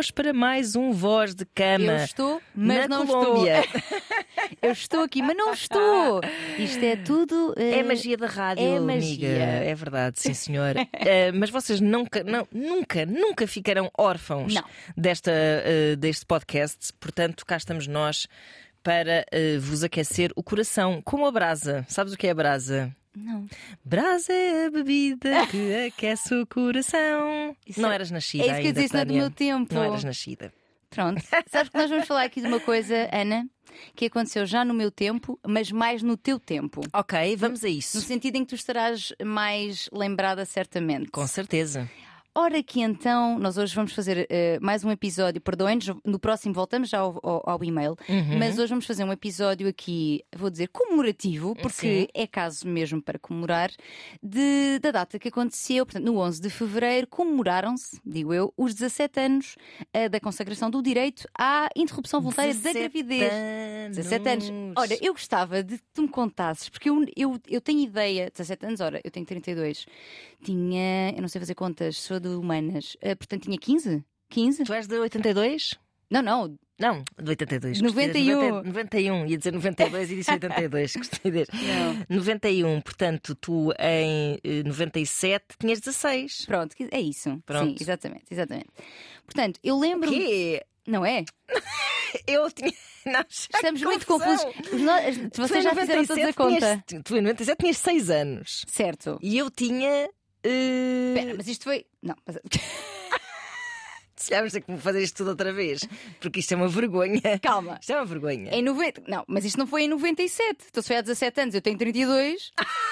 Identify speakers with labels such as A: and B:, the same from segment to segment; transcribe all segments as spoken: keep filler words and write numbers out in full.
A: hoje para mais um Voz de Cama.
B: Eu estou, mas
A: na
B: não
A: Colômbia.
B: estou. Eu estou aqui, mas não estou. Isto é tudo. Uh,
A: É magia da rádio,
B: é
A: amiga.
B: magia.
A: É verdade, sim, senhora. uh, mas vocês nunca, não, nunca, nunca ficarão órfãos
B: Não.
A: desta, uh, deste podcast. Portanto, cá estamos nós para uh, vos aquecer o coração, como a brasa. Sabes o que é a brasa?
B: Não.
A: Brasa é a bebida que aquece o coração.
B: Isso
A: não
B: é-
A: eras nascida
B: é isso que eu ia
A: ainda,
B: dizer, isso não é do
A: Tânia.
B: meu tempo.
A: Não eras nascida.
B: Pronto. Sabes que nós vamos falar aqui de uma coisa, Ana, que aconteceu já no meu tempo, mas mais no teu tempo.
A: Ok, vamos a
B: No
A: isso.
B: sentido em que tu estarás mais lembrada, certamente.
A: Com certeza.
B: Ora que então, nós hoje vamos fazer uh, mais um episódio, perdoem-nos, no próximo voltamos já ao, ao, ao e-mail,
A: Uhum.
B: mas hoje vamos fazer um episódio aqui, vou dizer, comemorativo, porque
A: Sim.
B: é caso mesmo para comemorar, de, da data que aconteceu, portanto, no onze de fevereiro, comemoraram-se, digo eu, os dezassete anos uh, da consagração do direito à interrupção voluntária da gravidez. dezassete anos. Olha, eu gostava de que tu me contasses, porque eu, eu, eu tenho ideia, dezassete anos, ora, eu tenho trinta e dois, tinha, eu não sei fazer contas, sou de humanas, uh, portanto tinha quinze? quinze?
A: Tu és de oitenta e dois?
B: Não, não,
A: Não, de oitenta e dois.
B: noventa e um.
A: noventa, noventa e um, ia dizer noventa e dois e disse oitenta e dois. Gostei desse.
B: não.
A: noventa e um, portanto, tu em eh, noventa e sete tinhas dezasseis.
B: Pronto, é isso.
A: Pronto.
B: Sim, exatamente, exatamente. Portanto, eu lembro.
A: Que
B: Não é?
A: eu tinha. Não, já
B: Estamos
A: que
B: muito
A: confusão.
B: confusos. Os no- as-
A: Tu
B: Vocês
A: em
B: já fizeram todos a
A: noventa e sete
B: conta.
A: tinhas- tu em noventa e sete tinhas seis anos.
B: Certo.
A: E eu tinha. eh,
B: Espera, mas isto foi. Não, mas...
A: Se já vamos ter que fazer isto tudo outra vez. Porque isto é uma vergonha.
B: calma.
A: Isto é uma vergonha.
B: Em noventa. Não, mas isto não foi em noventa e sete. Então se foi há dezassete anos, eu tenho trinta e dois.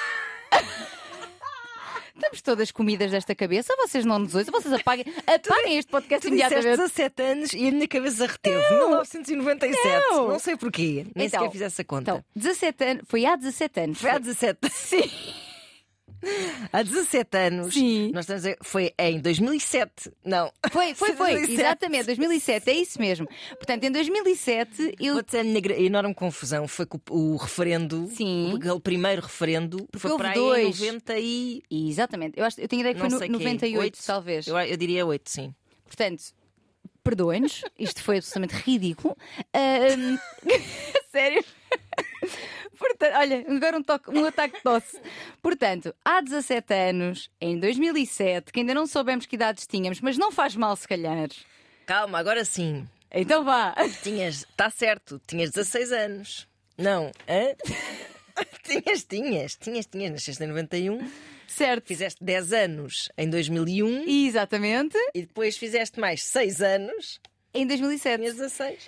B: Estamos todas comidas desta cabeça, vocês não nos ouçam, vocês apaguem, apaguem este podcast
A: Tu disseste
B: imediatamente.
A: dezassete anos e a minha cabeça reteve mil novecentos e noventa e sete.
B: Não.
A: Não sei porquê. Nem
B: Então,
A: sequer fiz essa conta.
B: Então, dezassete anos, foi há dezassete anos.
A: Foi há dezassete.
B: Sim.
A: Há dezassete anos.
B: Sim.
A: Nós estamos a... Foi em dois mil e sete. Não.
B: Foi, foi, foi,
A: dois mil e sete.
B: exatamente, dois mil e sete, é isso mesmo. Portanto, em dois mil e sete eu.
A: Vou dizer a minha gra- enorme confusão foi que o, o referendo,
B: Sim.
A: aquele primeiro referendo, foi
B: houve
A: para aí
B: dois.
A: em noventa e.
B: Exatamente, eu, acho, eu tenho ideia que
A: Não
B: foi
A: sei
B: no
A: quê,
B: noventa e oito,
A: oito?
B: talvez.
A: Eu, eu diria oito, sim.
B: Portanto, perdoem-nos, isto foi absolutamente ridículo. Ahm, Sério? Portanto, olha, agora um, toque, um ataque de tosse. Portanto, há dezassete anos, em dois mil e sete, que ainda não soubemos que idades tínhamos, mas não faz mal se calhar.
A: Calma, agora sim.
B: Então vá.
A: Tinhas. Está certo, tinhas dezasseis anos. Não. Hã? tinhas, tinhas, tinhas, tinhas. Nasceste em noventa e um,
B: Certo.
A: fizeste dez anos em dois mil e um
B: Exatamente.
A: e depois fizeste mais seis anos,
B: Em dois mil e sete.
A: tinhas dezasseis.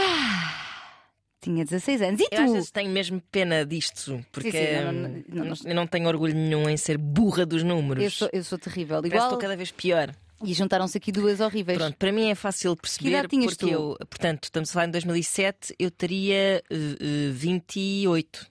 B: Tinha dezasseis anos. E
A: Eu às
B: tu?
A: vezes tenho mesmo pena disto, porque
B: Sim, sim, não, não,
A: hum,
B: não, não.
A: eu não tenho orgulho nenhum em ser burra dos números.
B: Eu sou, eu sou terrível.
A: Parece que
B: Igual.
A: estou cada vez pior.
B: E juntaram-se aqui duas horríveis.
A: Pronto, para mim é fácil
B: Que
A: perceber
B: idade tinhas
A: porque
B: tu?
A: eu, portanto, estamos a falar em dois mil e sete, eu teria uh, uh, vinte e oito.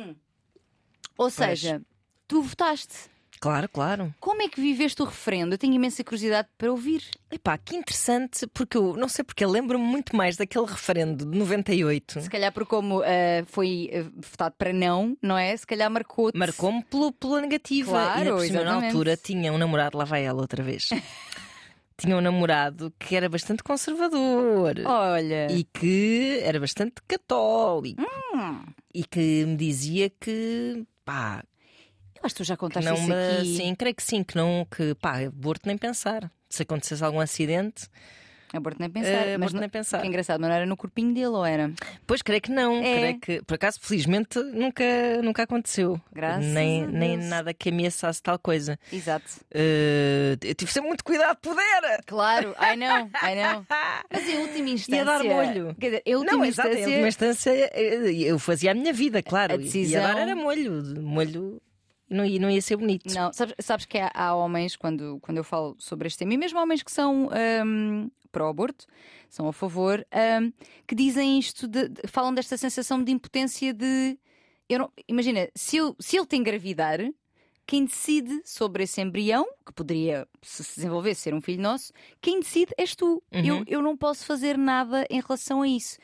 B: Ou seja, tu votaste.
A: Claro, claro.
B: Como é que viveste o referendo? Eu tenho imensa curiosidade para ouvir.
A: Epá, que interessante, porque eu não sei porque eu lembro-me muito mais daquele referendo de noventa e oito.
B: Se calhar por como ah, foi ah, votado para não, não é? Se calhar marcou-te.
A: Marcou-me pelo- pela negativa.
B: Claro,
A: e ainda por cima, na
B: exatamente.
A: altura tinha um namorado, lá vai ela outra vez. Tinha um namorado que era bastante conservador.
B: Olha.
A: E que era bastante católico.
B: Hum,
A: E que me dizia que, pá,
B: eu acho que tu já
A: que
B: contaste
A: não
B: isso
A: me.
B: aqui.
A: Sim, creio que sim, que não, que pá, aborto nem pensar. Se acontecesse algum acidente,
B: Aborto nem pensar.
A: eh,
B: mas
A: aborto
B: não...
A: nem pensar.
B: Que engraçado, mas não era no corpinho dele, ou era?
A: Pois creio que não.
B: É.
A: Creio que, por acaso, felizmente, nunca, nunca aconteceu.
B: Graças
A: nem,
B: a
A: nem
B: Deus.
A: nada que ameaçasse tal coisa.
B: Exato.
A: Eh, eu tive sempre muito cuidado, pudera!
B: Claro, ai não, ai não. Mas em última instância.
A: Ia dar molho.
B: Quer dizer, em última
A: Não, exato,
B: instância.
A: em última instância eh, eu fazia a minha vida, claro.
B: A
A: E-
B: decisão-
A: E agora era molho. Molho não ia, não ia ser bonito.
B: Não, sabes, sabes que há, há homens, quando, quando eu falo sobre este tema, e mesmo homens que são hum, pró-aborto, são a favor, hum, que dizem isto, de, de- falam desta sensação de impotência de. Eu não, imagina, se, eu, se ele te engravidar, quem decide sobre esse embrião, que poderia, se se desenvolver, ser um filho nosso, quem decide és tu.
A: Uhum.
B: Eu, eu não posso fazer nada em relação a isso.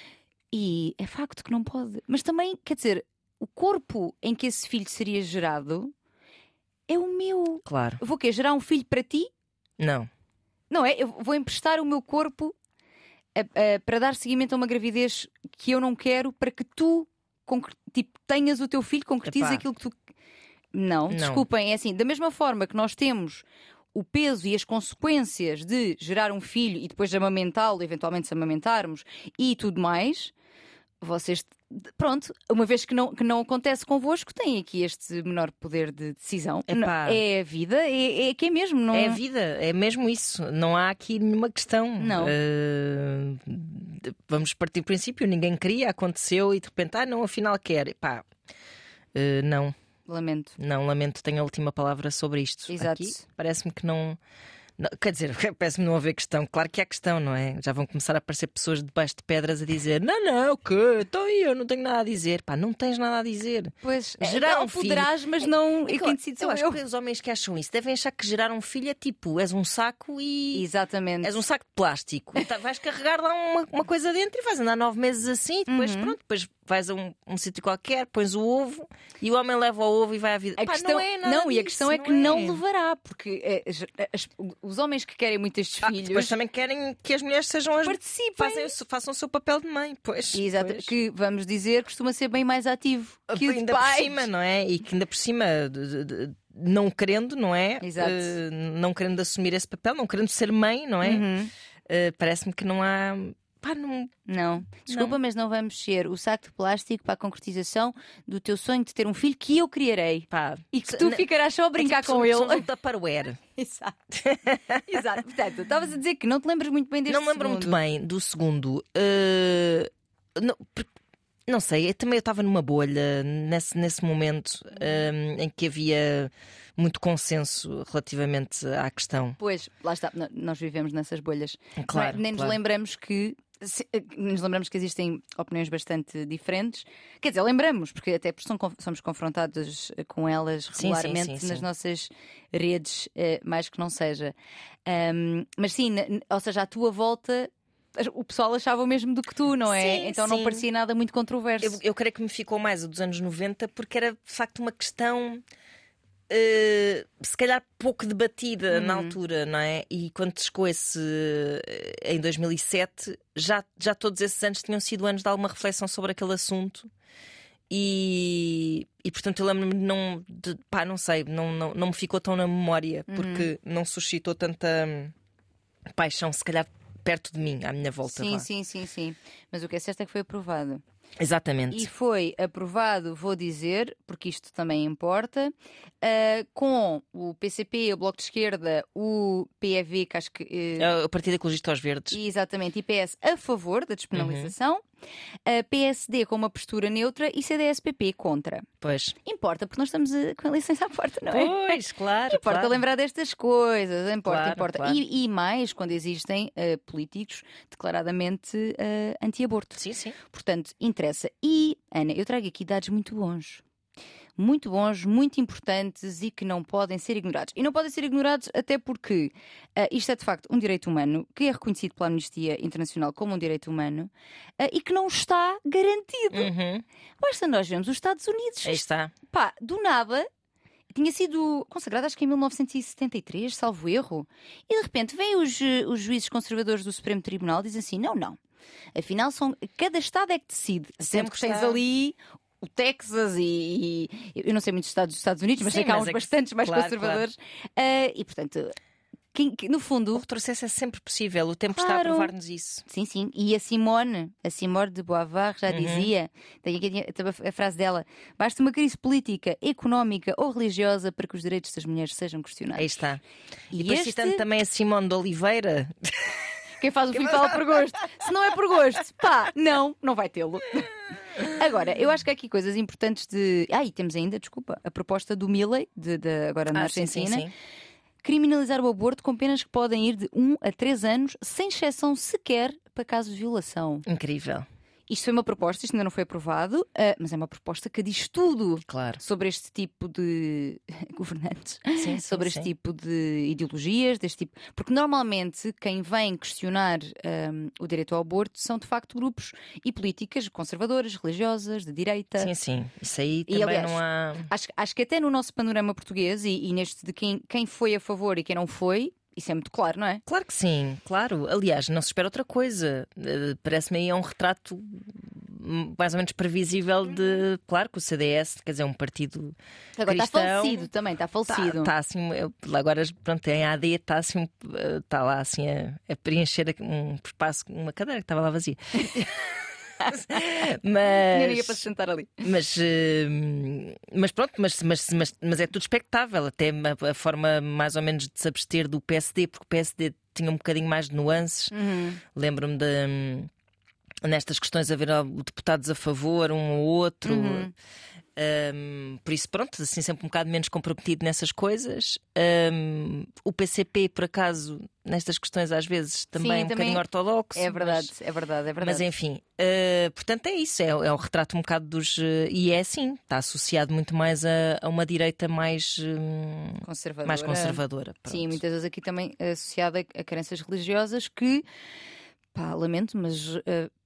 B: E é facto que não pode. Mas também, quer dizer, o corpo em que esse filho seria gerado é o meu.
A: Claro.
B: Eu vou quê? Gerar um filho para ti?
A: Não.
B: não é? Eu vou emprestar o meu corpo a, a, para dar seguimento a uma gravidez que eu não quero, para que tu tipo, tenhas o teu filho, concretizes
A: Epá.
B: aquilo que tu. Não,
A: Não.
B: desculpem, é assim, da mesma forma que nós temos o peso e as consequências de gerar um filho e depois de amamentá-lo, eventualmente se amamentarmos e tudo mais, vocês, pronto, uma vez que não, que não acontece convosco, têm aqui este menor poder de decisão.
A: Epá.
B: É a vida, é, é que é mesmo, não
A: É a vida, é mesmo isso. Não há aqui nenhuma questão.
B: Não.
A: Uh, vamos partir do princípio, ninguém queria, aconteceu e de repente, ah, não, afinal quer. Epá, uh, não.
B: Lamento.
A: Não, lamento, tenho a última palavra sobre isto.
B: Exato.
A: Aqui parece-me que não, não. Quer dizer, parece-me não haver questão. Claro que há questão, não é? Já vão começar a aparecer pessoas debaixo de pedras a dizer: não, não, o quê? Então eu não tenho nada a dizer. Pá, não tens nada a dizer.
B: Pois,
A: Gerar
B: não
A: um filho-
B: poderás, mas não.
A: É
B: E
A: que
B: quem
A: eu-
B: decide
A: eu
B: sou
A: acho
B: eu.
A: que os homens que acham isso devem achar que gerar um filho é tipo: és um saco e.
B: Exatamente.
A: És um saco de plástico. E tá- vais carregar lá uma, uma coisa dentro e vais andar nove meses assim. E depois,
B: Uhum.
A: pronto, depois vais a um, um sítio qualquer, pões o ovo e o homem leva o ovo e vai à vida.
B: A
A: Pá,
B: questão,
A: não é nada
B: não, e a
A: disso,
B: questão é que não levará, porque eh, as- as- os homens que querem muito estes
A: Ah,
B: filhos
A: depois também querem que as mulheres sejam as.
B: participem.
A: Fazem, o seu- façam o seu papel de mãe, pois.
B: Exato,
A: pois.
B: que vamos dizer costuma ser bem mais ativo que o de
A: ainda por
B: pais.
A: cima, não é? E que ainda por cima, de- de- de- não querendo, não é?
B: Exato.
A: Eh, não querendo assumir esse papel, não querendo ser mãe, não é?
B: Uhum.
A: Eh, parece-me que não há. Pá, não.
B: Não, desculpa, mas não vamos ser o saco de plástico para a concretização do teu sonho de ter um filho que eu criarei.
A: Pá,
B: E que tu
A: na-
B: ficarás só a brincar
A: é tipo,
B: com
A: somos-
B: ele.
A: somos um Tupperware.
B: Exato. Exato. Portanto, estavas a dizer que não te lembras muito bem deste
A: Não me lembro
B: segundo.
A: muito bem do segundo. Eh, não, porque- não sei, eu também eu estava numa bolha nesse, nesse momento eh, em que havia muito consenso relativamente à questão.
B: Pois, lá está, N- nós vivemos nessas bolhas.
A: Claro,
B: Não é? Nem nos
A: claro.
B: lembramos que. se- Nos lembramos que existem opiniões bastante diferentes. Quer dizer, lembramos, porque até porque são conf- somos confrontados eh, com elas
A: Sim, sim,
B: regularmente
A: sim,
B: nas
A: sim.
B: nossas redes, eh, mais que não seja. Ahm, mas sim, na- n- ou seja, à tua volta as- o pessoal achava o mesmo do que tu, não é?
A: Sim,
B: então não
A: sim.
B: parecia nada muito controverso.
A: Eu, eu creio que me ficou mais a dos anos noventa porque era de facto uma questão. eh, se calhar pouco debatida na altura, não é? E quando chegou esse eh, em dois mil e sete, já, já todos esses anos tinham sido anos de alguma reflexão sobre aquele assunto. E, e portanto eu lembro-me de não, de, pá, não sei, não, não, não me ficou tão na memória porque não suscitou tanta hum, paixão, se calhar perto de mim, à minha volta.
B: Sim,
A: vá.
B: sim, sim, sim. Mas o que é certo é que foi aprovado.
A: Exatamente.
B: E foi aprovado, vou dizer, porque isto também importa, ah, com o P C P, o Bloco de Esquerda, o P E V, que acho que. eh,
A: A Partido Ecologista aos Verdes.
B: Exatamente, e P S a favor da despenalização, a P S D com uma postura neutra e C D S P P contra.
A: Pois.
B: Importa, porque nós estamos eh, com a licença à porta, não é?
A: Pois, claro.
B: Importa
A: claro.
B: lembrar destas coisas, importa,
A: Claro,
B: importa.
A: claro.
B: E, e mais quando existem eh, políticos declaradamente eh, anti-aborto.
A: Sim, sim.
B: Portanto, interessa. E, Ana, eu trago aqui dados muito bons. Muito bons, muito importantes e que não podem ser ignorados. E não podem ser ignorados até porque ah, isto é de facto um direito humano que é reconhecido pela Amnistia Internacional como um direito humano ah, e que não está garantido.
A: Uhum.
B: Basta nós vemos os Estados Unidos.
A: Aí está.
B: Pá, do nada. Tinha sido consagrado, acho que em mil novecentos e setenta e três, salvo erro. E de repente vêm os, eh, os juízes conservadores do Supremo Tribunal e dizem assim: não, não. Afinal, são, cada Estado é que decide. Sempre que tens
A: está.
B: ali o Texas e, e- eu não sei muitos estados dos Estados Unidos, mas
A: Sim,
B: sei que há
A: mas
B: uns
A: é que-
B: bastantes mais
A: claro,
B: conservadores. Ah, e portanto, quem- que, no
A: O
B: fundo,
A: retrocesso é sempre possível. O tempo está a
B: Claro.
A: provar-nos isso.
B: sim, sim. E a Simone, a Simone de Beauvoir
A: Uhum.
B: já dizia, tenho aqui a frase dela: basta uma crise política, económica ou religiosa para que os direitos das mulheres sejam questionados.
A: Aí está.
B: E
A: E depois
B: este-
A: citando também a Simone de Oliveira.
B: Quem faz o filho fala por gosto. Se não é por gosto, pá, não, não vai tê-lo. Agora, eu acho que há aqui coisas importantes de. Ah, e temos ainda, desculpa, a proposta do Milley, de, de- agora na
A: Ah, sim, sim,
B: Argentina,
A: sim.
B: criminalizar o aborto com penas que podem ir de um a três anos, sem exceção sequer para casos de violação.
A: Incrível.
B: Isto foi uma proposta, isto ainda não foi aprovado, ah, mas é uma proposta que diz tudo
A: Claro.
B: sobre este tipo de governantes,
A: Sim, sim,
B: sobre este
A: sim.
B: tipo de ideologias, deste tipo. Porque normalmente quem vem questionar hum, o direito ao aborto são de facto grupos e políticas conservadoras, religiosas, de direita.
A: Sim, sim. Isso aí
B: E,
A: também
B: aliás,
A: não há.
B: Acho, acho que até no nosso panorama português e, e neste de quem, quem foi a favor e quem não foi, Isso é muito claro, não é?
A: Claro que sim, claro. Aliás, não se espera outra coisa. Uh, Parece-me aí é um retrato mais ou menos previsível de. Claro que o C D S, quer dizer, é um partido.
B: Agora
A: cristão,
B: está falecido também, está falecido.
A: Está assim, agora pronto, em A D está assim, está lá assim a, a preencher um espaço, uma cadeira que estava lá vazia.
B: Mas, ninguém para se sentar ali.
A: Mas, mas pronto, mas, mas, mas, mas é tudo expectável. Até a, a forma mais ou menos de se abster do P S D, porque o P S D tinha um bocadinho mais de nuances. Uhum. Lembro-me de nestas questões haver deputados a favor, um ou outro. Uhum. Um, por isso, pronto, assim sempre um bocado menos comprometido nessas coisas. Um, o P C P, por acaso, nestas questões às vezes também
B: Sim,
A: um
B: também
A: bocadinho ortodoxo.
B: É verdade,
A: mas,
B: é verdade, é verdade.
A: Mas enfim, uh, portanto é isso, é, é um retrato um bocado dos. Uh, e é assim, está associado muito mais a, a uma direita mais, um,
B: conservadora.
A: mais conservadora. Pronto.
B: Sim, muitas vezes aqui também associada a, a crenças religiosas que, pá, lamento, mas uh,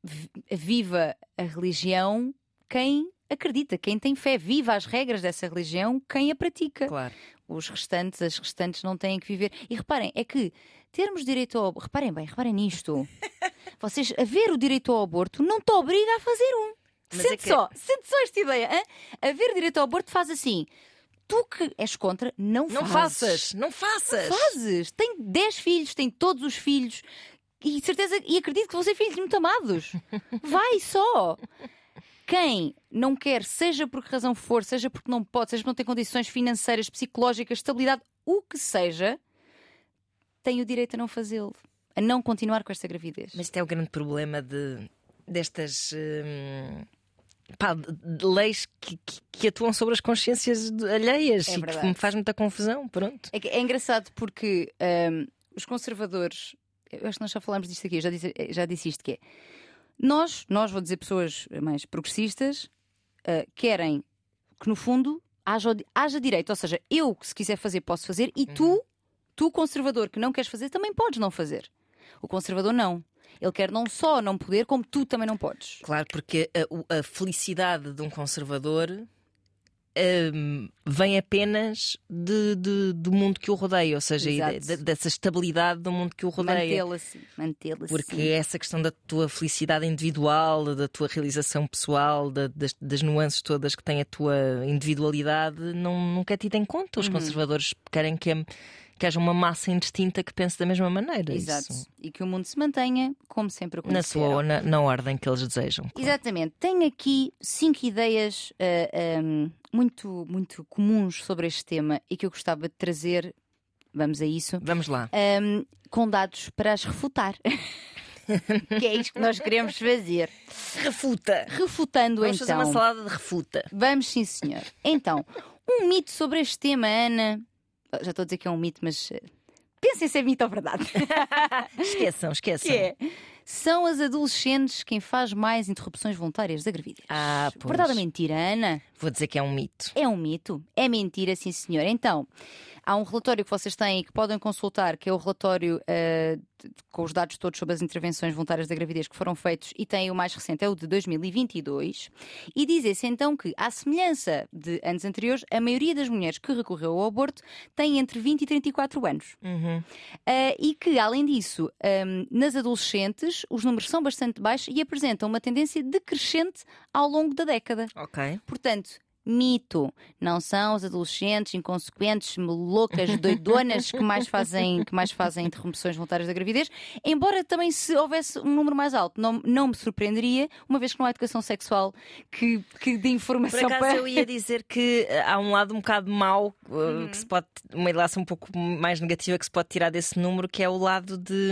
B: viva a religião quem acredita, quem tem fé, viva as regras dessa religião, quem a pratica.
A: Claro.
B: Os restantes, as restantes não têm que viver. E reparem, é que termos direito ao... Reparem bem, reparem nisto. Vocês, haver o direito ao aborto não te obriga a fazer um. Mas sente é que... só, sente só esta ideia. Hein? Haver direito ao aborto faz assim. Tu que és contra, não,
A: não
B: fazes.
A: faças. Não faças.
B: Não fazes. Tem dez filhos, tem todos os filhos. E certeza, e acredito que vão ser filhos muito amados. Vai só. Quem não quer, seja por que razão for, seja porque não pode, seja porque não tem condições financeiras, psicológicas, estabilidade, o que seja, tem o direito a não fazê-lo, a não continuar com esta gravidez.
A: Mas este é o grande problema de, destas hum, pá, de leis que, que, que atuam sobre as consciências alheias
B: é
A: e que me faz muita confusão. Pronto.
B: É, é engraçado porque hum, os conservadores, eu acho que nós já falámos disto aqui, eu já disse, já disse isto que é. Nós, nós, vou dizer pessoas mais progressistas, uh, querem que no fundo haja, haja direito. Ou seja, eu, se quiser fazer, posso fazer. E uhum. tu, tu conservador, que não queres fazer, também podes não fazer. O conservador não. Ele quer não só não poder, como tu também não podes.
A: Claro, porque a, a felicidade de um conservador um, vem apenas de, de, do mundo que o rodeia. Ou seja, de, de, dessa estabilidade do mundo que o rodeia.
B: Mantê-la assim. Mantê-la
A: porque
B: assim.
A: essa questão da tua felicidade individual, da tua realização pessoal, da, das, das nuances todas que tem a tua individualidade, não, nunca é tida em conta. Os uhum. conservadores querem que... que haja uma massa indistinta que pense da mesma maneira.
B: Exato.
A: Isso.
B: E que o mundo se mantenha como sempre aconteceu.
A: Na sua na, na ordem que eles desejam. Claro.
B: Exatamente. Tenho aqui cinco ideias uh, um, muito, muito comuns sobre este tema e que eu gostava de trazer. Vamos a isso.
A: Vamos lá.
B: Um, com dados para as refutar. Que é isto que nós queremos fazer.
A: Refuta.
B: Refutando
A: Vamos
B: então.
A: fazer uma salada de refuta.
B: Vamos sim, senhor. Então, um mito sobre este tema, Ana. Já estou a dizer que é um mito, mas pensem se é mito ou verdade.
A: Esqueçam, esqueçam.
B: Que é? São as adolescentes quem faz mais interrupções voluntárias da gravidez.
A: Ah, pois.
B: Verdade ou mentira, Ana?
A: Vou dizer que é um mito.
B: É um mito? É mentira, sim, senhor. Então, há um relatório que vocês têm e que podem consultar, que é o relatório uh, de, com os dados todos sobre as intervenções voluntárias da gravidez que foram feitos, e tem o mais recente, é o de dois mil e vinte e dois, e diz-se então que, à semelhança de anos anteriores, a maioria das mulheres que recorreu ao aborto tem entre vinte e trinta e quatro anos.
A: Uhum.
B: Uh, e que, além disso, um, nas adolescentes, os números são bastante baixos e apresentam uma tendência decrescente ao longo da década.
A: Ok.
B: Portanto, mito. Não são os adolescentes inconsequentes, loucas, doidonas que mais fazem, que mais fazem interrupções voluntárias da gravidez. Embora também, se houvesse um número mais alto, não, não me surpreenderia, uma vez que não há educação sexual que, que de informação.
A: Por acaso
B: para...
A: eu ia dizer que há um lado um bocado mau, uhum. que se pode, uma relação um pouco mais negativa que se pode tirar desse número, que é o lado de...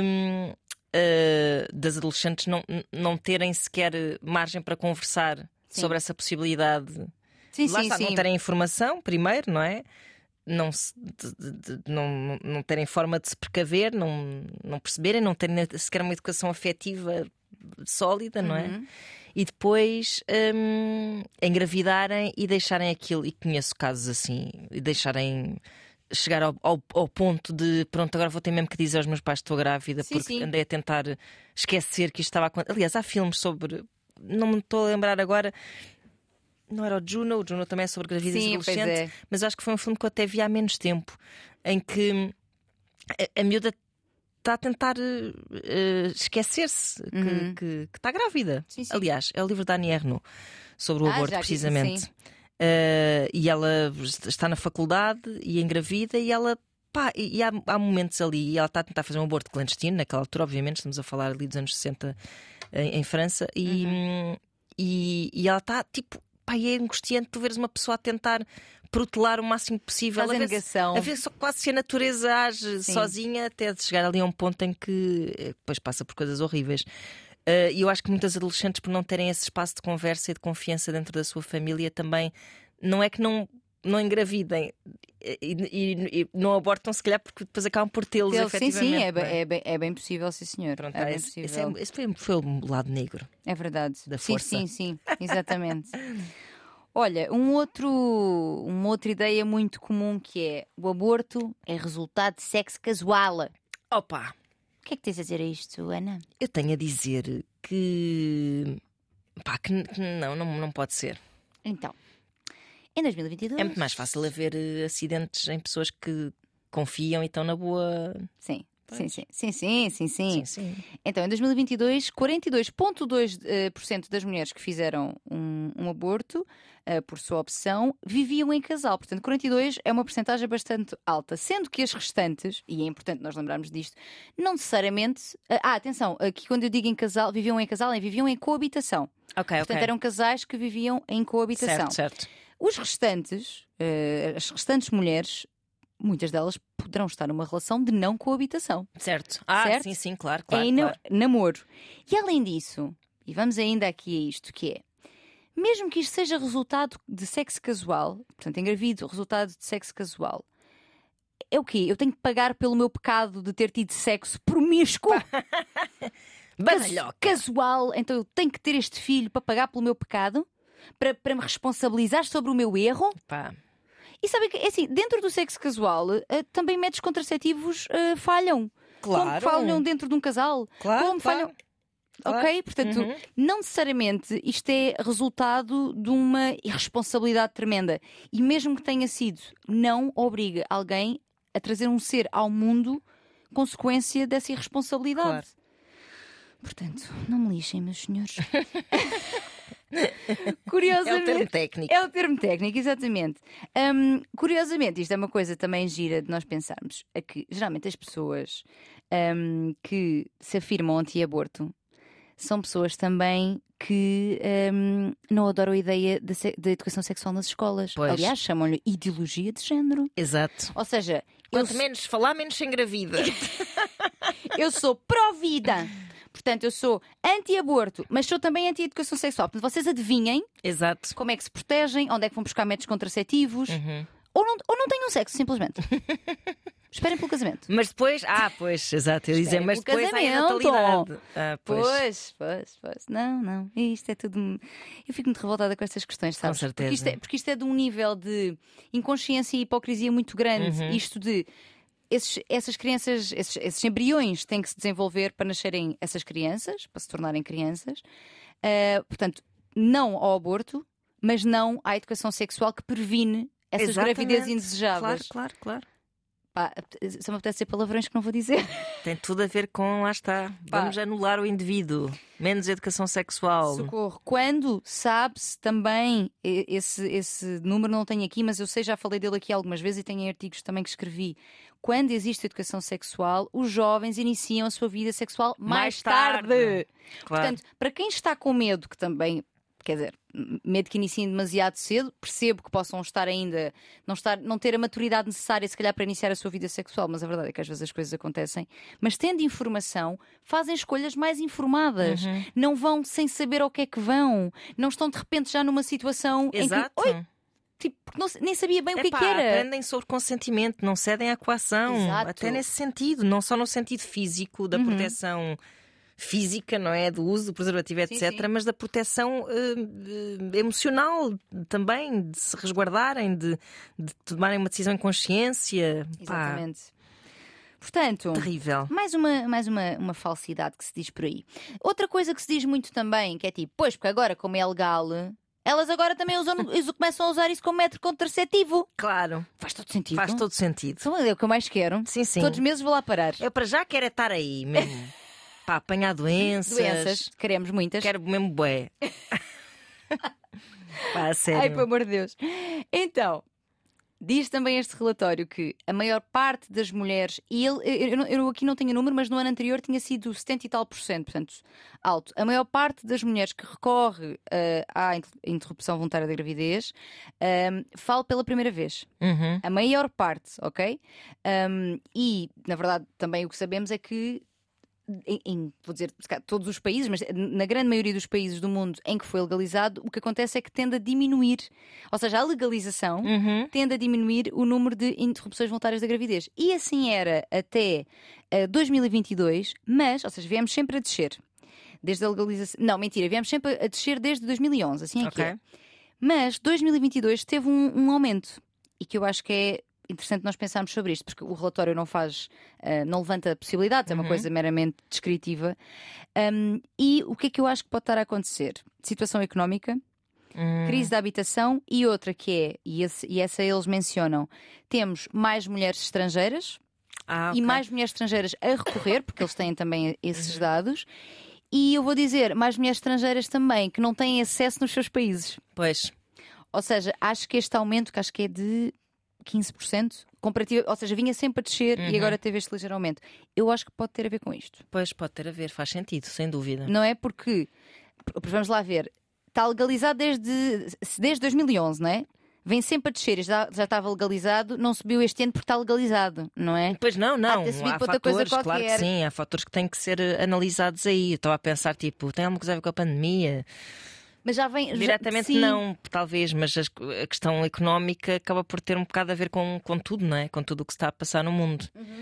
A: Uh, das adolescentes não, não terem sequer margem para conversar sim. sobre essa possibilidade.
B: Sim,
A: Lá
B: sim,
A: está,
B: sim.
A: Não terem informação, primeiro, não é? Não, se, de, de, de, não, não terem forma de se precaver, não, não perceberem, não terem sequer uma educação afetiva sólida, não é?
B: Uhum.
A: E depois hum, engravidarem e deixarem aquilo. E conheço casos assim, e deixarem. Chegar ao, ao, ao ponto de pronto, agora vou ter mesmo que dizer aos meus pais que estou grávida,
B: sim,
A: porque
B: sim.
A: andei a tentar esquecer que isto estava a acontecer. Aliás, há filmes sobre, não me estou a lembrar agora, não era o Juno, o Juno também é sobre gravidez
B: sim,
A: adolescente,
B: é.
A: mas acho que foi um filme que eu até vi há menos tempo, em que a, a miúda está a tentar uh, esquecer-se
B: Uhum.
A: que está grávida.
B: Sim, sim.
A: Aliás, é o livro da Annie Ernaux sobre o
B: Ah,
A: aborto,
B: já disse,
A: precisamente.
B: sim.
A: Uh, e ela está na faculdade e engravida e ela. Pá, e há, há momentos ali, e ela está a tentar fazer um aborto clandestino, naquela altura, obviamente, estamos a falar ali dos anos sessenta em, em França, e,
B: Uhum.
A: e, e ela está tipo. Pá, é angustiante tu veres uma pessoa a tentar protelar o máximo possível.
B: Faz a
A: a ver se-
B: negação.
A: A ver só quase se a natureza age
B: Sim.
A: sozinha até de chegar ali a um ponto em que eh, depois passa por coisas horríveis. Eh, E eu acho que muitas adolescentes, por não terem esse espaço de conversa e de confiança dentro da sua família, também não é que não, não engravidem e, e- e não abortam, se calhar, porque depois acabam por tê-los
B: Sim,
A: efetivamente.
B: sim, é,
A: não
B: bem- é, bem, é bem possível, sim, senhor.
A: Pronto,
B: é bem
A: esse, esse,
B: possível.
A: é, esse foi, foi o lado negro.
B: É verdade.
A: da
B: sim,
A: força.
B: sim, sim, exatamente. Olha, um outro, uma outra ideia muito comum que é o aborto é resultado de sexo casual.
A: Opa!
B: O que é que tens a dizer a isto, Ana?
A: Eu tenho a dizer que. Pá, que, que não, não, não pode ser.
B: Então, em dois mil e vinte e dois...
A: É muito mais fácil haver eh, acidentes em pessoas que confiam e estão na boa.
B: Sim,
A: Pois.
B: sim, sim, sim, sim, sim, sim.
A: Sim, sim.
B: Então, em dois mil e vinte e dois, quarenta e dois vírgula dois por cento das mulheres que fizeram um, um aborto eh, por sua opção viviam em casal. Portanto, quarenta e dois é uma porcentagem bastante alta. Sendo que as restantes, e é importante nós lembrarmos disto, não necessariamente. eh, Ah, atenção, aqui quando eu digo em casal, viviam em casal, é viviam em coabitação.
A: Ok,
B: Portanto,
A: ok.
B: eram casais que viviam em coabitação.
A: Certo, certo.
B: Os restantes, eh, as restantes mulheres, muitas delas poderão estar numa relação de não coabitação.
A: Certo. Ah,
B: Certo?
A: sim, sim, claro, claro.
B: é na-
A: claro.
B: namoro. E além disso, e vamos ainda aqui a isto, que é, mesmo que isto seja resultado de sexo casual, portanto, engravido, resultado de sexo casual, é o quê? Eu tenho que pagar pelo meu pecado de ter tido sexo promíscuo,
A: Badalhoca.
B: casual, então eu tenho que ter este filho para pagar pelo meu pecado? Para, para me responsabilizar sobre o meu erro?
A: Pá.
B: E sabem que, é assim, dentro do sexo casual, eh, também métodos contraceptivos eh, falham. Como
A: Claro.
B: falham dentro de um casal.
A: Claro,
B: Como
A: claro.
B: falham.
A: Claro.
B: Ok? Portanto,
A: Uhum.
B: não necessariamente isto é resultado de uma irresponsabilidade tremenda. E mesmo que tenha sido, não obriga alguém a trazer um ser ao mundo consequência dessa irresponsabilidade.
A: Claro.
B: Portanto, não me lixem, meus senhores.
A: É
B: Curiosamente.
A: o termo técnico.
B: É o termo técnico, exatamente. Hum, curiosamente, isto é uma coisa também gira de nós pensarmos, é que geralmente as pessoas hum, que se afirmam anti-aborto são pessoas também que hum, não adoram a ideia da se- da educação sexual nas escolas.
A: Pois.
B: Aliás, chamam-lhe ideologia de género.
A: Exato.
B: Ou seja, eu,
A: Quanto menos falar, menos se engravida.
B: eu sou pró-vida. Portanto, eu sou anti-aborto, mas sou também anti-educação sexual. Portanto, vocês adivinhem
A: Exato.
B: como é que se protegem, onde é que vão buscar métodos contraceptivos,
A: Uhum.
B: ou, não, ou não tenham sexo, simplesmente. Esperem pelo casamento.
A: Mas depois, ah, pois, exato, eu ia dizer,
B: Esperem
A: mas
B: pelo
A: depois há a
B: casamento.
A: natalidade. Ah, pois.
B: Pois, pois, pois. Não, não. Isto é tudo. Eu fico muito revoltada com estas questões, sabes?
A: certeza.
B: Porque isto, é, porque isto é de um nível de inconsciência e hipocrisia muito grande.
A: Uhum.
B: Isto de. Esses, essas crianças, esses, esses embriões têm que se desenvolver para nascerem essas crianças, para se tornarem crianças. Ah, portanto, não ao aborto, mas não à educação sexual que previne essas
A: Exatamente.
B: gravidezes indesejáveis.
A: Claro, claro, claro.
B: Pá, só me apetece dizer palavrões que não vou dizer.
A: Tem tudo a ver com, lá está,
B: Pá.
A: vamos anular o indivíduo, menos educação sexual.
B: Socorro. Quando sabe-se também, e- esse, esse número não tenho aqui, mas eu sei, já falei dele aqui algumas vezes e tenho em artigos também que escrevi. Quando existe educação sexual, os jovens iniciam a sua vida sexual mais,
A: Mais
B: tarde.
A: tarde. Claro.
B: Portanto, para quem está com medo, que também, quer dizer, medo que iniciem demasiado cedo, percebo que possam estar ainda, não, estar, não ter a maturidade necessária, se calhar, para iniciar a sua vida sexual, mas a verdade é que às vezes as coisas acontecem. Mas tendo informação, fazem escolhas mais informadas.
A: Uhum.
B: Não vão sem saber ao que é que vão. Não estão de repente já numa situação
A: Exato.
B: em que. Oi, tipo, porque não, nem sabia bem o que, é
A: Epá,
B: que era.
A: aprendem sobre consentimento, não cedem à coação.
B: Exato.
A: Até nesse sentido, não só no sentido físico, da
B: Uhum.
A: proteção física, não é? Do uso do preservativo,
B: Sim,
A: etcétera,
B: sim.
A: mas da proteção eh, eh, emocional também, de se resguardarem, de, de tomarem uma decisão em consciência. Pá,
B: Exatamente. Portanto,
A: terrível.
B: mais, uma, mais uma, uma falsidade que se diz por aí. Outra coisa que se diz muito também, que é tipo, pois, porque agora, como é legal, elas agora também usam, usam, começam a usar isso como método contraceptivo.
A: Claro.
B: Faz todo sentido.
A: Faz todo sentido.
B: Então, é o que eu mais quero.
A: Sim, sim.
B: Todos os meses vou lá parar.
A: Eu para já quero é estar aí mesmo. Para apanhar doenças.
B: Doenças. Queremos muitas.
A: Quero mesmo bué. Pá, sério.
B: Ai, pelo amor de Deus. Então, diz também este relatório que a maior parte das mulheres, e ele, eu, eu aqui não tenho número, mas no ano anterior tinha sido setenta e tal por cento, portanto, alto. A maior parte das mulheres que recorre uh, à interrupção voluntária da gravidez um, fala pela primeira vez.
A: Uhum.
B: A maior parte, ok? Um, e, na verdade, também o que sabemos é que Em, em, vou dizer, todos os países, mas na grande maioria dos países do mundo em que foi legalizado, o que acontece é que tende a diminuir, ou seja, a legalização
A: uhum.
B: tende a diminuir o número de interrupções voluntárias da gravidez. E assim era até uh, dois mil e vinte e dois, mas, ou seja, viemos sempre a descer. Desde a legalização. Não, mentira, viemos sempre a descer desde dois mil e onze, assim é
A: okay.
B: que é. Mas dois mil e vinte e dois teve um, um aumento, e que eu acho que é interessante nós pensarmos sobre isto, porque o relatório não faz, uh, não levanta possibilidades, uhum. é uma coisa meramente descritiva. Um, e o que é que eu acho que pode estar a acontecer? Situação económica, uhum. crise da habitação e outra que é, e, esse, e essa eles mencionam, temos mais mulheres estrangeiras
A: ah, okay.
B: e mais mulheres estrangeiras a recorrer, porque eles têm também esses uhum. dados. E eu vou dizer, mais mulheres estrangeiras também que não têm acesso nos seus países.
A: Pois.
B: Ou seja, acho que este aumento, que acho que é de quinze por cento, comparativo, ou seja, vinha sempre a descer uhum. e agora teve este ligeiro aumento. Eu acho que pode ter a ver com isto.
A: Pois, pode ter a ver, faz sentido, sem dúvida.
B: Não é porque, vamos lá ver, está legalizado desde, desde dois mil e onze, não é? Vem sempre a descer, já, já estava legalizado, não subiu este ano porque está legalizado, não é?
A: Pois não, não.
B: Há,
A: há fatores, coisa claro que sim, há fatores que têm que ser analisados aí. Eu estava a pensar, tipo, tem alguma coisa a ver com a pandemia?
B: Mas já vem.
A: Diretamente
B: já,
A: não, talvez, mas a questão económica acaba por ter um bocado a ver com, com tudo, não é? Com tudo o que se está a passar no mundo.
B: Uhum.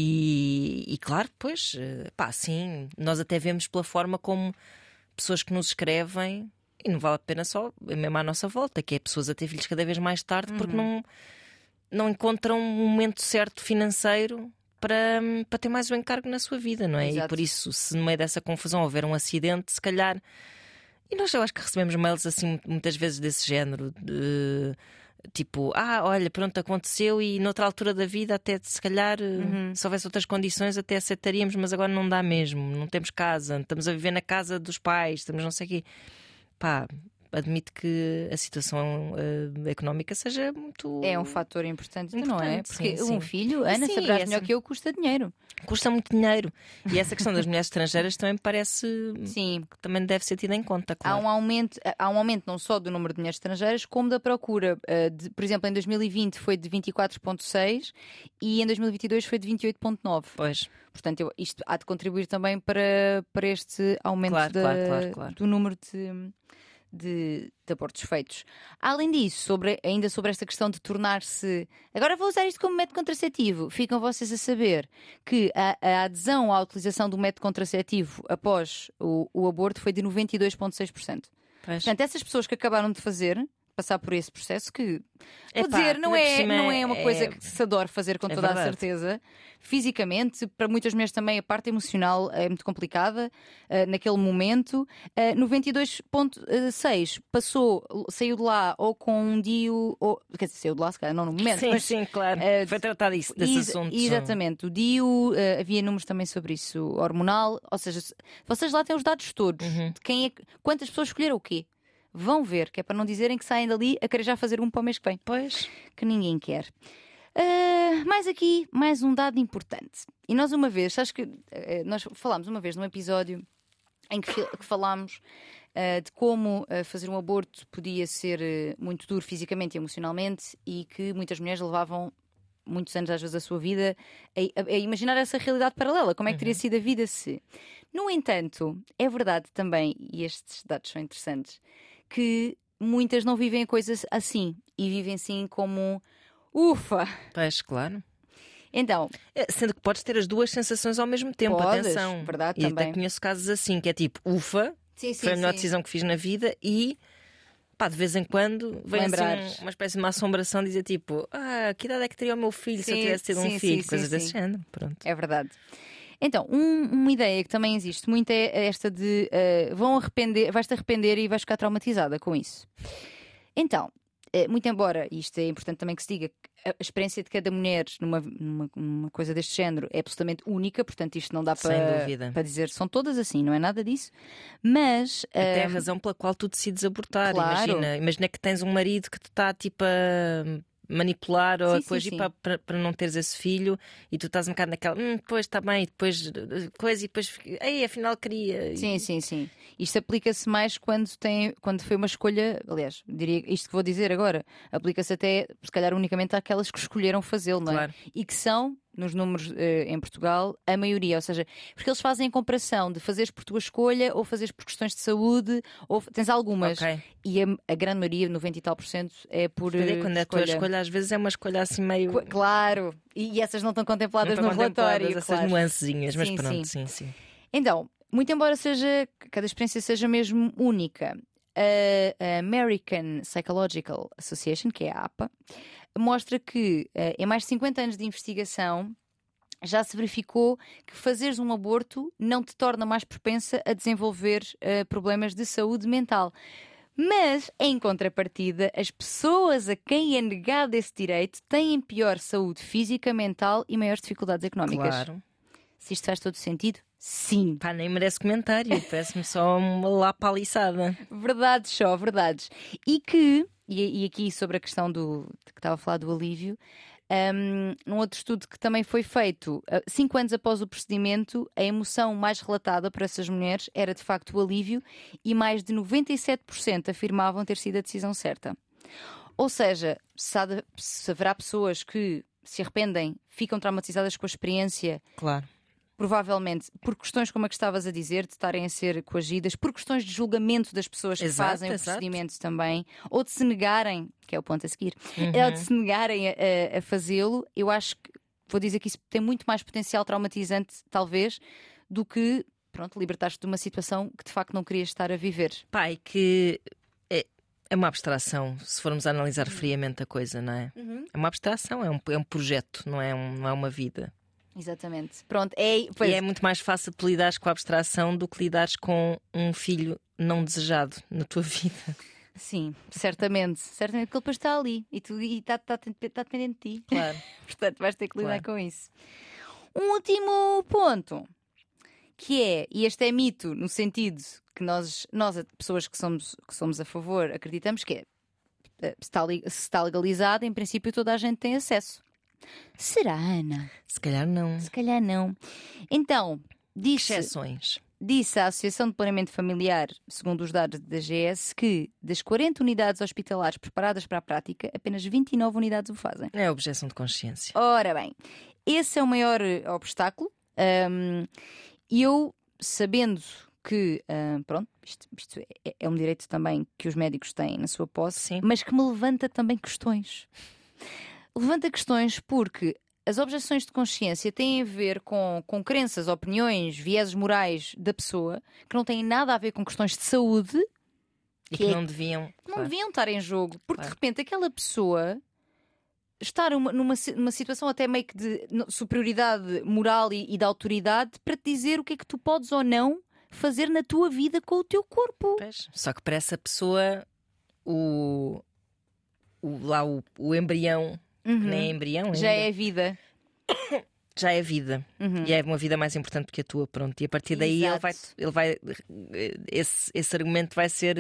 A: E, e claro, pois, pá, sim, nós até vemos pela forma como pessoas que nos escrevem, e não vale a pena só, mesmo à nossa volta, que é pessoas a ter filhos cada vez mais tarde porque uhum. não, não encontram um momento certo financeiro para, para ter mais um encargo na sua vida, não é?
B: Exato.
A: E por isso, se no meio dessa confusão houver um acidente, se calhar. E nós eu acho que recebemos mails assim muitas vezes desse género, de, tipo, ah, olha, pronto, aconteceu e noutra altura da vida até se calhar uhum. se houvesse outras condições até aceitaríamos, mas agora não dá mesmo, não temos casa, estamos a viver na casa dos pais, estamos não sei o quê. Pá, admito que a situação uh, económica seja muito...
B: É um fator importante, importante não é? Porque
A: sim,
B: um
A: sim.
B: filho, Ana,
A: sim,
B: saberás
A: essa...
B: melhor que eu, custa dinheiro.
A: Custa muito dinheiro. E essa questão das mulheres estrangeiras também me parece
B: sim.
A: que também deve ser tida em conta, claro.
B: Há um aumento, há um aumento não só do número de mulheres estrangeiras, como da procura. Uh, de, por exemplo, em dois mil e vinte foi de vinte e quatro vírgula seis e em dois mil e vinte e dois foi de vinte e oito vírgula nove.
A: Pois.
B: Portanto, eu, isto há de contribuir também para, para este aumento
A: claro,
B: da,
A: claro, claro, claro.
B: do número de... De, de abortos feitos. Além disso, sobre, ainda sobre esta questão de tornar-se... Agora vou usar isto como método contraceptivo. Ficam vocês a saber que a, a adesão à utilização do método contraceptivo após o, o aborto foi de noventa e dois vírgula seis por cento.
A: Pois.
B: Portanto, essas pessoas que acabaram de fazer, passar por esse processo, que vou
A: Epá,
B: dizer, não é, não é uma
A: é...
B: coisa que se adora fazer com
A: é
B: toda
A: verdade.
B: a certeza. Fisicamente, para muitas mulheres também a parte emocional é muito complicada uh, naquele momento. Uh, noventa e dois vírgula seis passou, saiu de lá ou com um D I U, ou, quer dizer, saiu de lá, se calhar não no momento.
A: Sim,
B: mas,
A: sim, claro.
B: Uh,
A: Foi tratado isso, desse
B: ex-
A: assunto.
B: Exatamente. O D I U, uh, havia números também sobre isso, hormonal. Ou seja, vocês lá têm os dados todos.
A: Uhum.
B: De quem é, quantas pessoas escolheram o quê? Vão ver, que é para não dizerem que saem dali a querer já fazer um para o mês que vem.
A: Pois.
B: Que ninguém quer. Uh, mais aqui, mais um dado importante. E nós uma vez, sabes que uh, nós falámos uma vez num episódio em que, que falámos uh, de como uh, fazer um aborto podia ser uh, muito duro fisicamente e emocionalmente e que muitas mulheres levavam muitos anos às vezes da sua vida a, a, a imaginar essa realidade paralela. Como é que teria
A: uhum.
B: sido a vida se... No entanto, é verdade também, e estes dados são interessantes, que muitas não vivem a coisas assim e vivem sim como ufa.
A: Pois, claro.
B: Então,
A: sendo que podes ter as duas sensações ao mesmo tempo,
B: podes,
A: atenção.
B: Verdade,
A: e
B: também.
A: até conheço casos assim, que é tipo, ufa,
B: sim, sim,
A: foi a melhor
B: sim.
A: decisão que fiz na vida e pá, de vez em quando vem assim uma espécie de uma assombração, dizer tipo, ah, que idade é que teria o meu filho sim, se eu tivesse tido
B: sim,
A: um filho,
B: sim,
A: coisas
B: sim,
A: desse
B: sim.
A: género. Pronto.
B: É verdade. Então, um- uma ideia que também existe muito é esta de uh, vão arrepender, vais-te arrepender e vais ficar traumatizada com isso. Então, uh, muito embora, isto é importante também que se diga, que a experiência de cada mulher numa, numa, numa coisa deste género é absolutamente única, portanto isto não dá
A: Sem
B: para,
A: dúvida.
B: para dizer são todas assim, não é nada disso. Mas
A: Até a
B: uh,
A: razão pela qual tu decides abortar.
B: Claro.
A: Imagina, imagina que tens um marido que te está tipo a manipular ou
B: Sim,
A: a depois
B: sim,
A: ir
B: sim.
A: para, para, para não teres esse filho e tu estás um bocado naquela, hum, depois está bem, e depois eh, coisa e depois, ei, afinal queria.
B: Sim, sim, sim. Isto aplica-se mais quando, tem, quando foi uma escolha. Aliás, diria isto que vou dizer agora, aplica-se até, se calhar, unicamente àquelas que escolheram fazê-lo, não é?
A: Claro.
B: E que são, nos números eh, em Portugal, a maioria. Ou seja, porque eles fazem a comparação de fazeres por tua escolha ou fazeres por questões de saúde, ou tens algumas.
A: Ok.
B: E a, a grande maioria, noventa e tal por cento, é por.
A: Olha,
B: eh,
A: quando é a tua escolha, às vezes é uma escolha assim meio.
B: Co- Claro, e, e essas não estão contempladas
A: não
B: no
A: estão contempladas
B: relatório.
A: essas
B: Claro.
A: nuancezinhas, mas
B: Sim,
A: pronto,
B: sim.
A: sim, sim.
B: Então, muito embora seja cada experiência seja mesmo única, a American Psychological Association, que é a APA, mostra que eh, em mais de cinquenta anos de investigação já se verificou que fazeres um aborto não te torna mais propensa a desenvolver eh, problemas de saúde mental. Mas, em contrapartida, as pessoas a quem é negado esse direito têm pior saúde física, mental e maiores dificuldades económicas.
A: Claro.
B: Se isto faz todo sentdo, sim.
A: Pá, nem merece comentário, parece-me só uma lapaliçada.
B: Verdades só, verdades. E que, e, e aqui sobre a questão do que estava a falar do alívio, um, num outro estudo que também foi feito, uh, cinco anos após o procedimento, a emoção mais relatada por essas mulheres era de facto o alívio e mais de noventa e sete por cento afirmavam ter sido a decisão certa. Ou seja, se, há de- se haverá pessoas que se arrependem, ficam traumatizadas com a experiência,
A: Claro.
B: provavelmente por questões como a que estavas a dizer, de estarem a ser coagidas, por questões de julgamento das pessoas que
A: Exato,
B: fazem
A: exato.
B: o procedimento também, ou de se negarem, que é o ponto a seguir,
A: Uhum.
B: ou de se negarem a, a- a fazê-lo, eu acho que vou dizer que isso tem muito mais potencial traumatizante, talvez, do que pronto, libertar-te de uma situação que de facto não querias estar a viver.
A: Pai, que é, é uma abstração, se formos analisar friamente a coisa, não é? É uma abstração, é um, é um projeto, não é, um, não é uma vida.
B: Exatamente. Pronto, é, pois,
A: E é muito mais fácil de lidares com a abstração do que lidares com um filho não desejado na tua vida.
B: sim, certamente. Certamente que ele depois está ali e está tá, tá, tá dependente de ti.
A: Claro.
B: Portanto, vais ter que lidar
A: Claro.
B: com isso. Um último ponto, que é, e este é mito no sentido que nós, nós pessoas que somos, que somos a favor, acreditamos que é, eh, se está, li- se está legalizado, em princípio toda a gente tem acesso. Será, Ana?
A: Se calhar não.
B: Se calhar não. Então, disse,
A: Exceções.
B: disse a Associação de Planeamento Familiar, segundo os dados da G S, que das quarenta unidades hospitalares preparadas para a prática, apenas vinte e nove unidades o fazem.
A: É a objeção de consciência.
B: Ora bem, esse é o maior eh, obstáculo. Ahm, E eu, sabendo que, ah, pronto, isto, isto é, é um direito também que os médicos têm na sua posse,
A: Sim.
B: mas que me levanta também questões. Levanta questões porque as objeções de consciência têm a ver com, com crenças, opiniões, vieses morais da pessoa que não têm nada a ver com questões de saúde,
A: E
B: que
A: que
B: é-
A: não deviam.
B: não
A: claro.
B: deviam estar em jogo, porque
A: Claro.
B: de repente aquela pessoa estar uma- numa, si- numa situação até meio que de no- superioridade moral e, e de autoridade para te dizer o que é que tu podes ou não fazer na tua vida com o teu corpo.
A: Pois. Só que para essa pessoa, o, o, lá o, o embrião,
B: Uhum.
A: que nem é embrião,
B: Já
A: ainda,
B: é vida.
A: já é vida.
B: Uhum.
A: E é uma vida mais importante do que a tua, pronto. E a partir daí ele
B: Exato.
A: vai, ele vai esse, esse argumento vai ser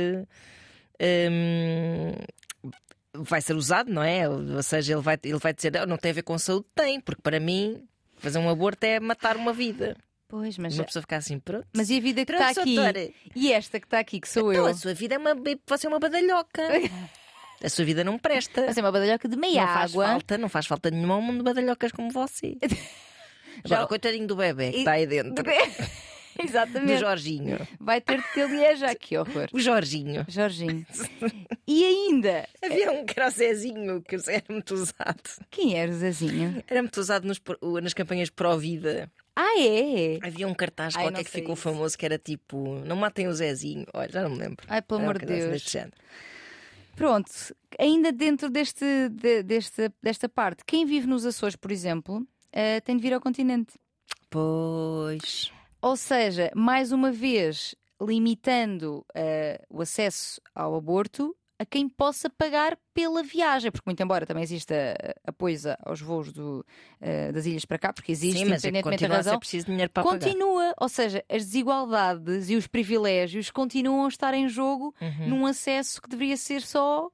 A: hum, vai ser usado, não é? Ou seja, ele vai, ele vai dizer, "Não, não tem a ver com saúde, tem, porque para mim fazer um aborto é matar uma vida."
B: Pois,
A: E
B: mas,
A: uma pessoa fica assim, pronto.
B: mas e a vida que
A: Pronto,
B: está aqui?
A: doutora.
B: E esta que está aqui, que sou
A: Então,
B: eu?
A: a sua vida é uma, você é uma badalhoca. A sua vida não presta.
B: Mas é uma badalhoca de meia
A: Não faz
B: água.
A: falta, não faz falta nenhuma ao mundo de badalhocas como você.
B: Já-
A: Agora, coitadinho do bebê que está aí dentro. Do
B: Exatamente.
A: Jorginho.
B: Vai ter de ter lieja. Que horror.
A: O Jorginho.
B: Jorginho. E ainda,
A: Havia um que era o Zezinho, que era muito usado.
B: quem era o Zezinho?
A: Era muito usado nos, pro- nas campanhas pró-vida.
B: Ah, é?
A: Havia um cartaz
B: Ai,
A: qualquer
B: não
A: que
B: sei
A: ficou
B: isso.
A: famoso que era tipo: "Não matem o Zezinho." Olha, já não me lembro.
B: Ai, pelo
A: Era um
B: amor de
A: cartaz
B: Deus.
A: deste género.
B: Pronto, ainda dentro deste, de- deste- desta parte, quem vive nos Açores, por exemplo, eh, tem de vir ao continente.
A: Pois.
B: Ou seja, mais uma vez, limitando uh, o acesso ao aborto a quem possa pagar pela viagem, porque muito embora também exista apoio aos voos do, uh, das ilhas para cá, porque existe,
A: sim, mas
B: independentemente da razão,
A: é preciso dinheiro para
B: continua,
A: pagar.
B: Ou seja, as desigualdades e os privilégios continuam a estar em jogo
A: uhum.
B: num acesso que deveria ser só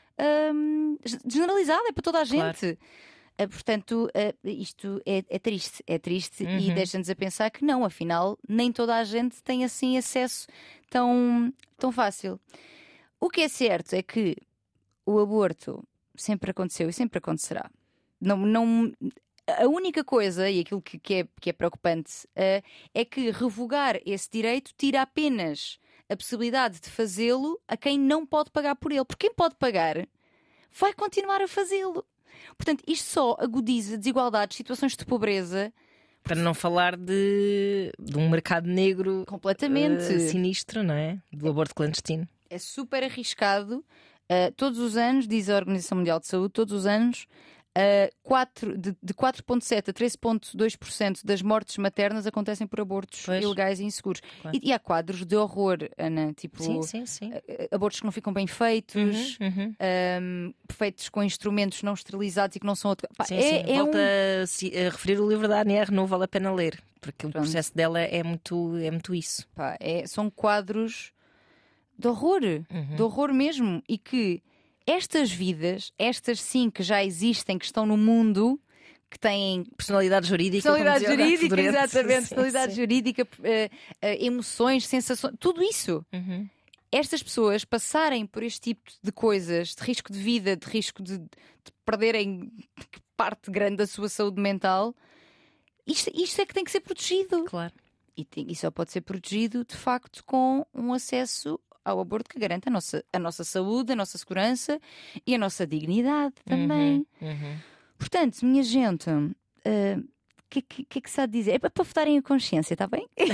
B: um, generalizado, é para toda a gente.
A: Claro.
B: Uh, portanto, uh, isto é, é triste, é triste
A: uhum.
B: e deixa-nos a pensar que não, afinal, nem toda a gente tem assim acesso tão, tão fácil. O que é certo é que o aborto sempre aconteceu e sempre acontecerá. Não, não, a única coisa, e aquilo que, que, é, que é preocupante, uh, é que revogar esse direito tira apenas a possibilidade de fazê-lo a quem não pode pagar por ele. Porque quem pode pagar vai continuar a fazê-lo. Portanto, isto só agudiza desigualdades, situações de pobreza.
A: Para não falar de, de um mercado negro
B: completamente
A: uh, sinistro, não é? Do aborto clandestino.
B: É super arriscado. Uh, todos os anos, diz a Organização Mundial de Saúde, todos os anos, uh, quatro, de, de quatro vírgula sete por cento a treze vírgula dois por cento das mortes maternas acontecem por abortos
A: pois. ilegais
B: e inseguros.
A: Claro.
B: E, e há quadros de horror, Ana, tipo
A: sim, sim, sim.
B: Uh, abortos que não ficam bem feitos,
A: uhum, uhum.
B: Um, feitos com instrumentos não esterilizados e que não são outro... Pá,
A: sim,
B: é,
A: sim.
B: é
A: Volta
B: um...
A: a, a referir o livro da A N R, não vale a pena ler, porque
B: Pronto.
A: O processo dela é muito, é muito isso.
B: Pá, é, são quadros de horror,
A: uhum.
B: de horror mesmo, e que estas vidas, estas sim que já existem, que estão no mundo, que têm
A: personalidade jurídica,
B: personalidade jurídica, exatamente,
A: sim,
B: personalidade
A: sim.
B: jurídica, uh, uh, emoções, sensações, tudo isso.
A: Uhum.
B: Estas pessoas passarem por este tipo de coisas, de risco de vida, de risco de, de perderem parte grande da sua saúde mental, isto, isto é que tem que ser protegido.
A: Claro.
B: E, tem, e só pode ser protegido, de facto, com um acesso ao aborto que garante a nossa, a nossa saúde, a nossa segurança e a nossa dignidade também.
A: Uhum, uhum.
B: Portanto, minha gente, o uh, que, que, que é que se há de dizer? É para, para votarem a consciência, está bem? É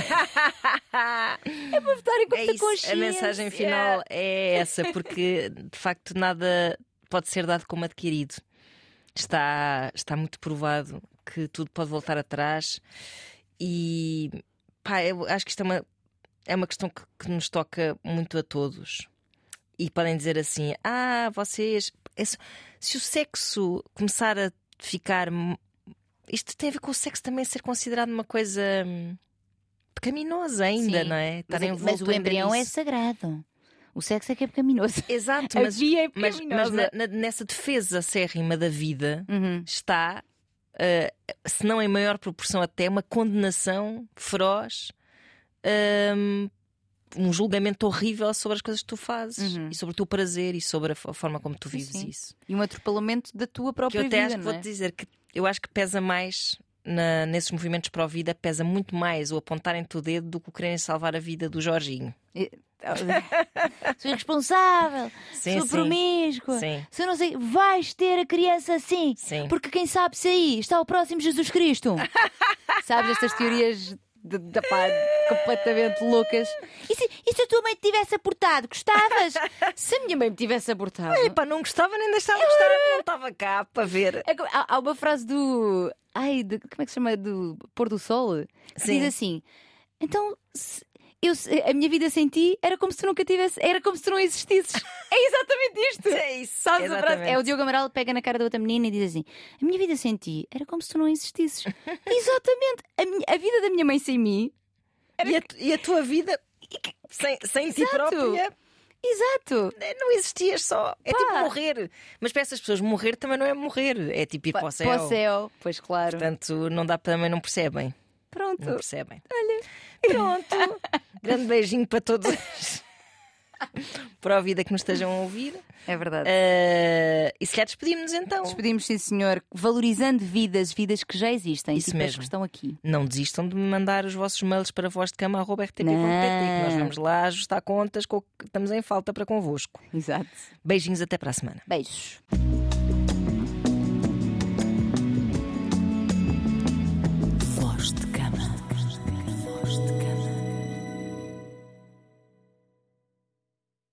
B: para votarem com
A: é
B: a
A: isso,
B: consciência.
A: A mensagem final é essa, porque de facto nada pode ser dado como adquirido. Está, está muito provado que tudo pode voltar atrás e pá, eu acho que isto é uma É uma questão que, que nos toca muito a todos. E podem dizer assim: ah, vocês. Se o sexo começar a ficar. Isto tem a ver com o sexo também ser considerado uma coisa pecaminosa ainda,
B: sim,
A: não é?
B: Mas, mas o embrião é sagrado. O sexo é que é pecaminoso.
A: Exato, mas,
B: a via é
A: mas, mas
B: na,
A: na, nessa defesa acérrima da vida
B: uhum.
A: está, uh, se não em maior proporção até, uma condenação feroz. Um, um julgamento horrível sobre as coisas que tu fazes
B: uhum.
A: e sobre o teu prazer e sobre a, a forma como tu vives
B: sim, sim.
A: isso.
B: E um atropelamento da tua própria
A: que eu até
B: vida.
A: Acho que
B: não é?
A: vou-te dizer que eu acho que pesa mais na, nesses movimentos pró-vida, pesa muito mais o apontarem-te o dedo do que o quererem salvar a vida do Jorginho.
B: E... Sou irresponsável,
A: sim,
B: sou
A: sim.
B: promíscua,
A: sim.
B: se eu não sei, vais ter a criança assim,
A: sim.
B: porque quem sabe se aí está o próximo Jesus Cristo. Sabes estas teorias de, de, pá, completamente loucas. E se, e se a tua mãe te tivesse abortado, gostavas? Se a minha mãe me tivesse abortado,
A: Ei, pá, não gostava nem deixava de gostar, não estava cá para ver.
B: Há, há uma frase do ai, de, como é que se chama? Do Pôr do Sol, que
A: sim.
B: diz assim: então se, Eu, a minha vida sem ti era como se tu nunca tivesse, era como se tu não existisses. É exatamente isto.
A: É isso.
B: Sabes a frase?
A: Exatamente.
B: É o Diogo Amaral pega na cara da outra menina e diz assim: a minha vida sem ti era como se tu não existisses. Exatamente. A, minha, a vida da minha mãe sem mim
A: era... e, a, e a tua vida sem, sem ti própria.
B: Exato.
A: Não existias só. É Pá. Tipo morrer. Mas para essas pessoas morrer também não é morrer. É tipo ir Pá, para o céu.
B: Para o céu, pois claro.
A: Portanto, não dá, também não percebem.
B: Pronto.
A: Não percebem.
B: Olha.
A: Pronto. Grande beijinho para todos. Para a vida que nos estejam a ouvir.
B: É verdade.
A: Uh, e se calhar despedimos-nos então.
B: Despedimos, sim senhor, valorizando vidas, vidas que já existem.
A: Isso
B: tipo
A: mesmo.
B: Que estão aqui.
A: Não desistam de me mandar os vossos mails para vozdecama arroba r t p ponto p t, que nós vamos lá ajustar contas com o que estamos em falta para convosco.
B: Exato.
A: Beijinhos, até para a semana.
B: Beijos.